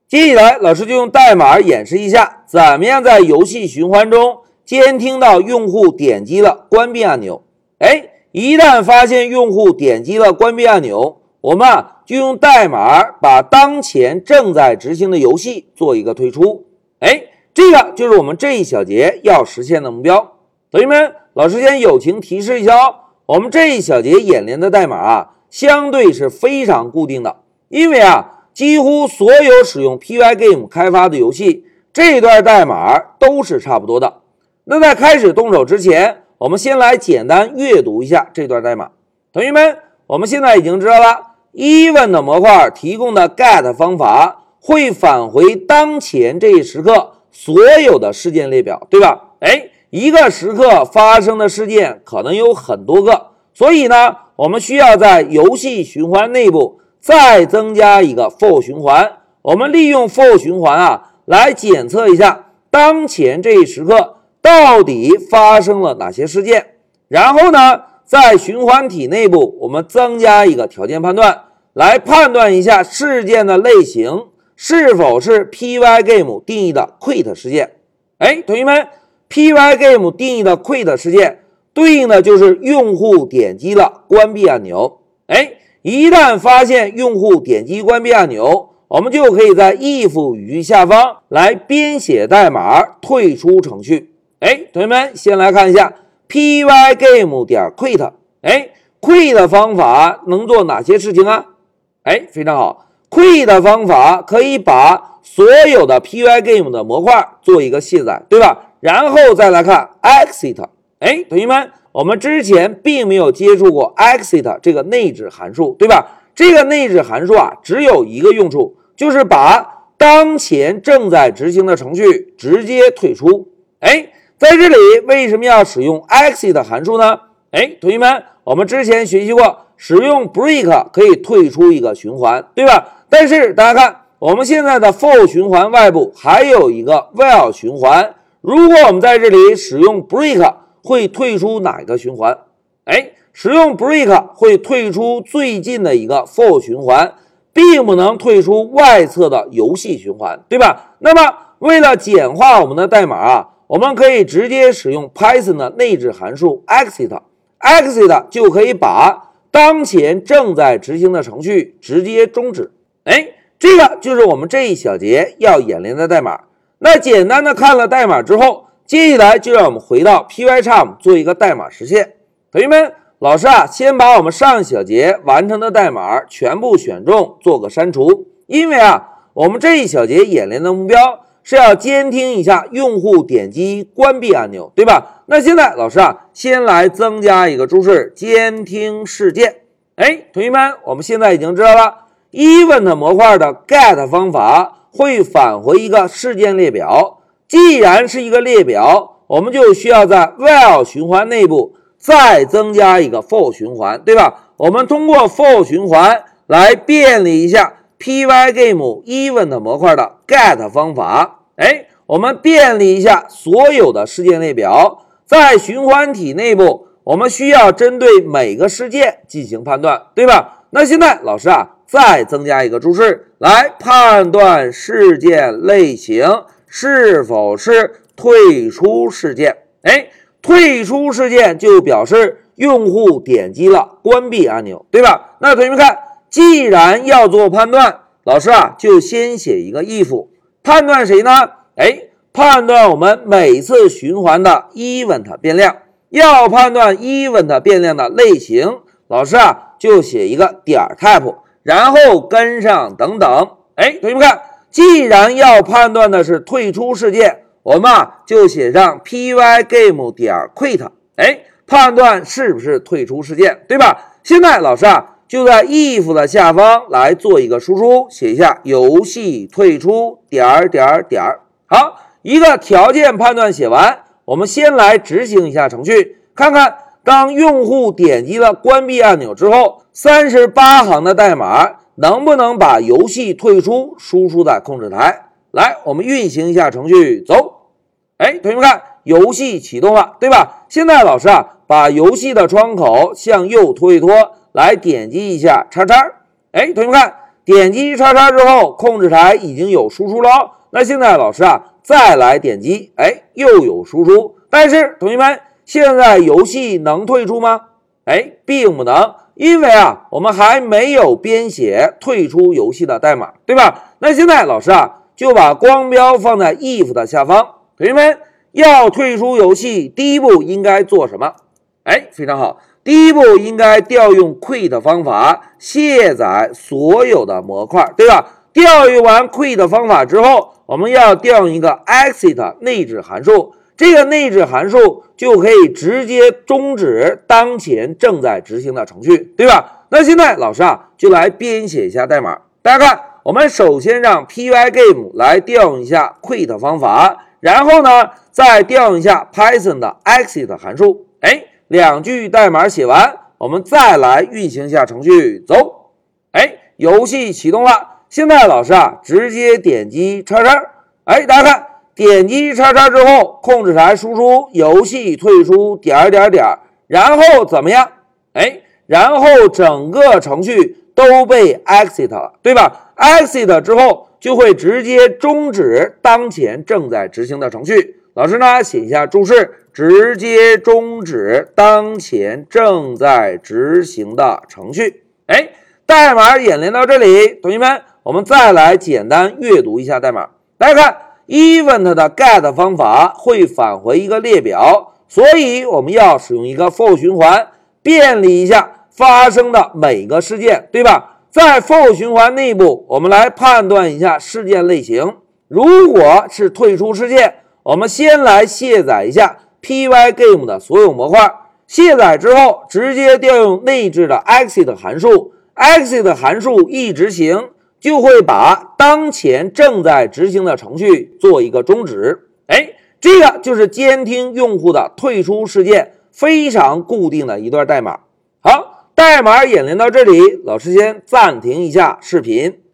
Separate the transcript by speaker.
Speaker 1: 接下来老师就用代码演示一下怎么样在游戏循环中监听到用户点击了关闭按钮。一旦发现用户点击了关闭按钮，我们就用代码把当前正在执行的游戏做一个退出。这个就是我们这一小节要实现的目标。同学们，老师先友情提示一下我们这一小节演练的代码相对是非常固定的，因为几乎所有使用 Pygame 开发的游戏，这段代码都是差不多的。那在开始动手之前，我们先来简单阅读一下这段代码。同学们，我们现在已经知道了 Event 模块提供的 get 方法会返回当前这一时刻所有的事件列表，对吧？一个时刻发生的事件可能有很多个，所以呢，我们需要在游戏循环内部再增加一个 for 循环。我们利用 for 循环来检测一下当前这一时刻到底发生了哪些事件，然后呢，在循环体内部我们增加一个条件判断，来判断一下事件的类型是否是 Pygame 定义的 quit 事件。同学们， Pygame 定义的 quit 事件对应的就是用户点击了关闭按钮。一旦发现用户点击关闭按钮，我们就可以在 if 语句下方来编写代码退出程序。同学们，先来看一下 Pygame.quit。quit 方法能做哪些事情非常好。quit 方法可以把所有的 Pygame 的模块做一个卸载，对吧？然后再来看 exit。同学们，我们之前并没有接触过 exit 这个内置函数，对吧？这个内置函数只有一个用处，就是把当前正在执行的程序直接退出。在这里为什么要使用 exit 函数呢？同学们，我们之前学习过，使用 break 可以退出一个循环，对吧？但是大家看，我们现在的 for 循环外部还有一个 while 循环，如果我们在这里使用 break 会退出哪一个循环？使用 break 会退出最近的一个 for 循环，并不能退出外侧的游戏循环，对吧？那么为了简化我们的代码我们可以直接使用 Python 的内置函数 exit 就可以把当前正在执行的程序直接终止。这个就是我们这一小节要演练的代码。那简单的看了代码之后，接下来就让我们回到 Pycharm 做一个代码实现。同学们，老师先把我们上一小节完成的代码全部选中，做个删除。因为我们这一小节演练的目标是要监听一下用户点击关闭按钮，对吧？那现在老师先来增加一个注释，监听事件。同学们，我们现在已经知道了 Event 模块的 get 方法会返回一个事件列表。既然是一个列表，我们就需要在 while 循环内部再增加一个 for 循环，对吧？我们通过 for 循环来便利一下 Pygame Event 模块的 get 方法。我们便利一下所有的事件列表，在循环体内部我们需要针对每个事件进行判断，对吧？那现在老师再增加一个注释，来判断事件类型是否是退出事件。退出事件就表示用户点击了关闭按钮，对吧？那同学们看，既然要做判断，老师就先写一个 if， 判断谁呢？判断我们每次循环的 event 变量。要判断 event 变量的类型，老师就写一个点 type， 然后跟上等等。同学们看，既然要判断的是退出事件，我们就写上 Pygame.quit， 判断是不是退出事件，对吧？现在老师就在 if 的下方来做一个输出，写一下游戏退出点。好，一个条件判断写完，我们先来执行一下程序，看看当用户点击了关闭按钮之后，38行的代码能不能把游戏退出输出在控制台。来，我们运行一下程序，走。同学们看，游戏启动了，对吧？现在老师把游戏的窗口向右拖一拖，来点击一下叉叉。同学们看， 点击叉叉之后，控制台已经有输出了。那现在老师再来点击，又有输出。但是同学们，现在游戏能退出吗？并不能，因为我们还没有编写退出游戏的代码，对吧？那现在老师就把光标放在 if 的下方。同学们，要退出游戏，第一步应该做什么？非常好，第一步应该调用 quit 方法卸载所有的模块，对吧？调用完 quit 方法之后，我们要调用一个 exit 内置函数，这个内置函数就可以直接终止当前正在执行的程序，对吧？那现在老师就来编写一下代码。大家看，我们首先让 Pygame 来调用一下 quit 方法，然后呢再调用一下 Python 的 exit 函数。两句代码写完，我们再来运行一下程序，走。游戏启动了。现在老师直接点击叉叉，大家看，点击叉叉之后，控制台输出游戏退出点点点，然后怎么样？然后整个程序都被 exit 了，对吧？ exit 之后就会直接终止当前正在执行的程序。老师呢写一下注释，直接终止当前正在执行的程序。代码演练到这里，同学们，我们再来简单阅读一下代码。大家看 event 的 get 方法会返回一个列表，所以我们要使用一个 for 循环，便利一下发生的每个事件，对吧？在 for 循环内部，我们来判断一下事件类型。如果是退出事件，我们先来卸载一下 Pygame 的所有模块，卸载之后直接调用内置的 exit 函数， exit 函数一执行，就会把当前正在执行的程序做一个终止。这个就是监听用户的退出事件非常固定的一段代码。好，代码演练到这里，老师先暂停一下视频。